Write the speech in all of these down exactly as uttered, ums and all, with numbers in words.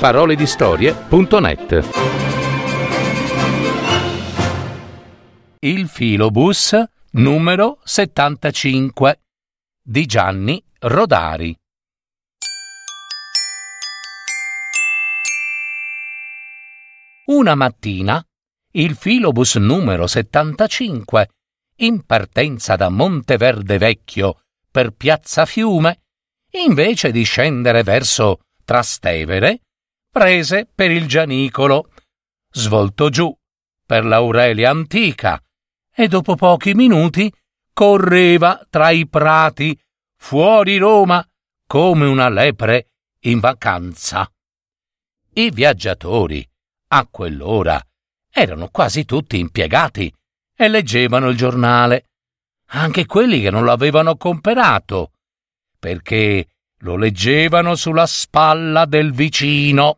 parole di storie punto net. Il filobus numero settantacinque di Gianni Rodari. Una mattina il filobus numero settantacinque, in partenza da Monteverde Vecchio per Piazza Fiume, invece di scendere verso Trastevere, prese per il Gianicolo, svoltò giù per l'Aurelia Antica e dopo pochi minuti correva tra i prati fuori Roma come una lepre in vacanza. I viaggiatori a quell'ora erano quasi tutti impiegati e leggevano il giornale, anche quelli che non l'avevano comperato, perché lo leggevano sulla spalla del vicino.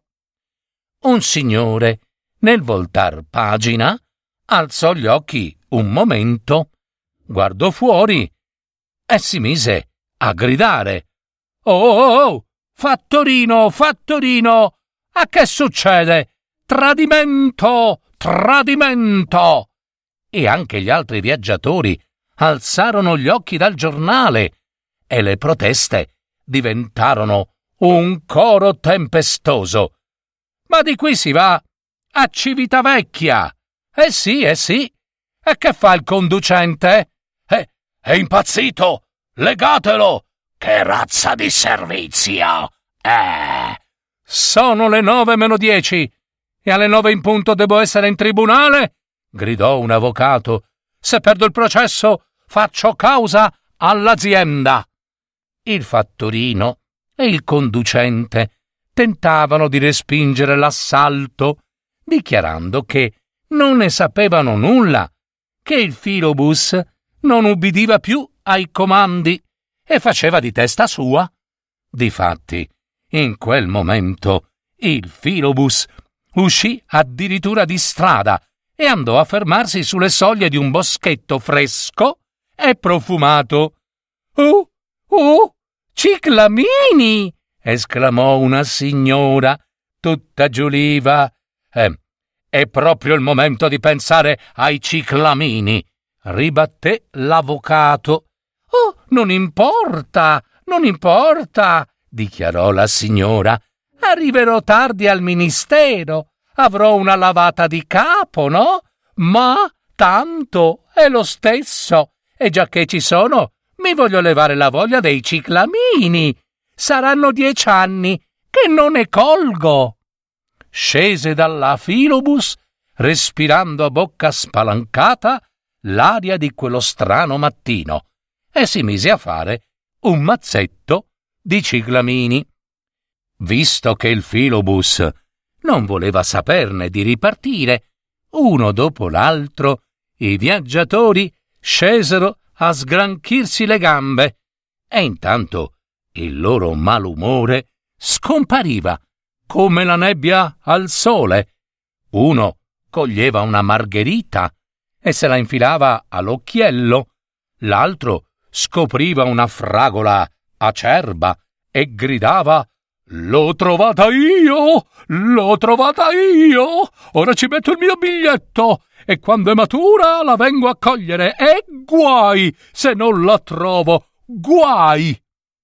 Un signore, nel voltar pagina, alzò gli occhi un momento, guardò fuori e si mise a gridare: «Oh, oh, oh, Fattorino, Fattorino, a che succede? Tradimento, tradimento!» E anche gli altri viaggiatori alzarono gli occhi dal giornale e le proteste diventarono un coro tempestoso. «Ma di qui si va a Civitavecchia! Eh sì, eh sì! E che fa il conducente? È, è impazzito! Legatelo! Che razza di servizio! Eh! Sono le nove meno dieci e alle nove in punto devo essere in tribunale?» gridò un avvocato. «Se perdo il processo faccio causa all'azienda!» Il fattorino e il conducente tentavano di respingere l'assalto, dichiarando che non ne sapevano nulla, che il filobus non ubbidiva più ai comandi e faceva di testa sua. Difatti, in quel momento il filobus uscì addirittura di strada e andò a fermarsi sulle soglie di un boschetto fresco e profumato. «Oh, oh, ciclamini!» esclamò una signora, tutta giuliva. Eh, «È proprio il momento di pensare ai ciclamini», ribatté l'avvocato. «Oh, non importa, non importa», dichiarò la signora. «Arriverò tardi al ministero, avrò una lavata di capo, no? Ma tanto è lo stesso, e già che ci sono, mi voglio levare la voglia dei ciclamini. Saranno dieci anni che non ne colgo». Scese dalla filobus, respirando a bocca spalancata l'aria di quello strano mattino, e si mise a fare un mazzetto di ciclamini. Visto che il filobus non voleva saperne di ripartire, uno dopo l'altro i viaggiatori scesero a sgranchirsi le gambe, e intanto il loro malumore scompariva come la nebbia al sole. Uno coglieva una margherita e se la infilava all'occhiello, l'altro scopriva una fragola acerba e gridava: «L'ho trovata io! L'ho trovata io! Ora ci metto il mio biglietto e quando è matura la vengo a cogliere, e guai se non la trovo! Guai!»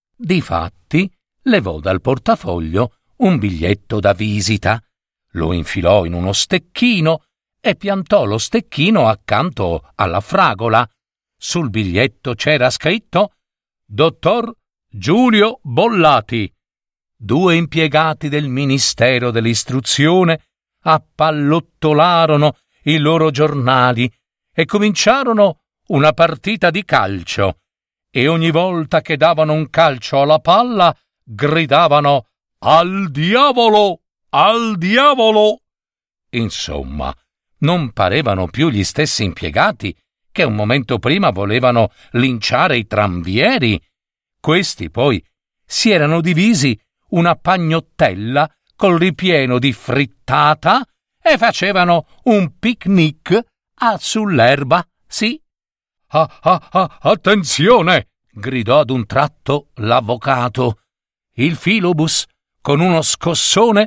Difatti levò dal portafoglio un biglietto da visita, lo infilò in uno stecchino e piantò lo stecchino accanto alla fragola. Sul biglietto c'era scritto: «Dottor Giulio Bollati». Due impiegati del Ministero dell'Istruzione appallottolarono i loro giornali e cominciarono una partita di calcio, e ogni volta che davano un calcio alla palla gridavano: «Al diavolo! Al diavolo!» Insomma, non parevano più gli stessi impiegati che un momento prima volevano linciare i tranvieri. Questi poi si erano divisi una pagnottella col ripieno di frittata e facevano un picnic ah, sull'erba, sì. «Ah, ah, ah, attenzione!» gridò ad un tratto l'avvocato. Il filobus, con uno scossone,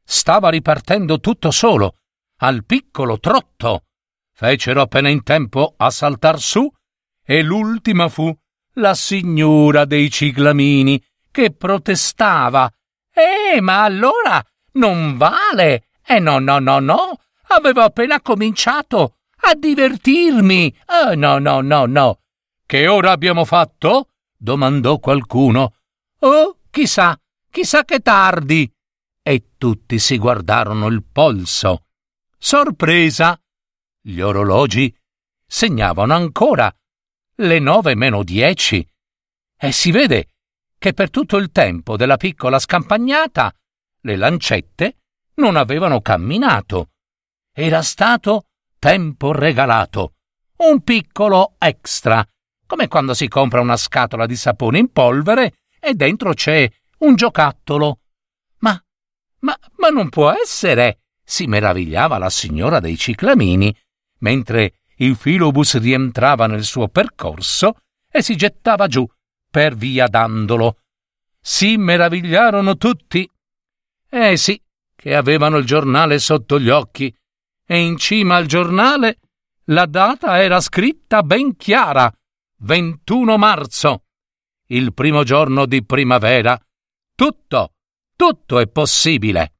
stava ripartendo tutto solo, al piccolo trotto. Fecero appena in tempo a saltar su e l'ultima fu la signora dei ciclamini che protestava. «Eh, ma allora non vale! Eh no, no, no, no! Avevo appena cominciato a divertirmi! Eh no, no, no, no!» «Che ora abbiamo fatto?» domandò qualcuno. «Oh, chissà, chissà che tardi!» E tutti si guardarono il polso. Sorpresa! Gli orologi segnavano ancora le nove meno dieci e si vede che per tutto il tempo della piccola scampagnata le lancette non avevano camminato. Era stato tempo regalato, un piccolo extra, come quando si compra una scatola di sapone in polvere e dentro c'è un giocattolo. Ma, ma, ma non può essere! Si meravigliava la signora dei ciclamini, mentre il filobus rientrava nel suo percorso e si gettava giù per via Dandolo. Si meravigliarono tutti. Eh sì, che avevano il giornale sotto gli occhi, e in cima al giornale la data era scritta ben chiara, ventuno marzo, il primo giorno di primavera. Tutto, tutto è possibile.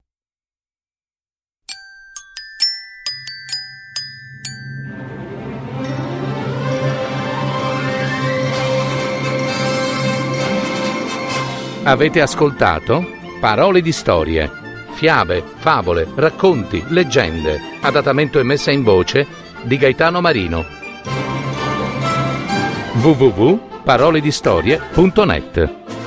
Avete ascoltato Parole di storie, fiabe, favole, racconti, leggende, adattamento e messa in voce di Gaetano Marino. w w w punto paroledistorie punto net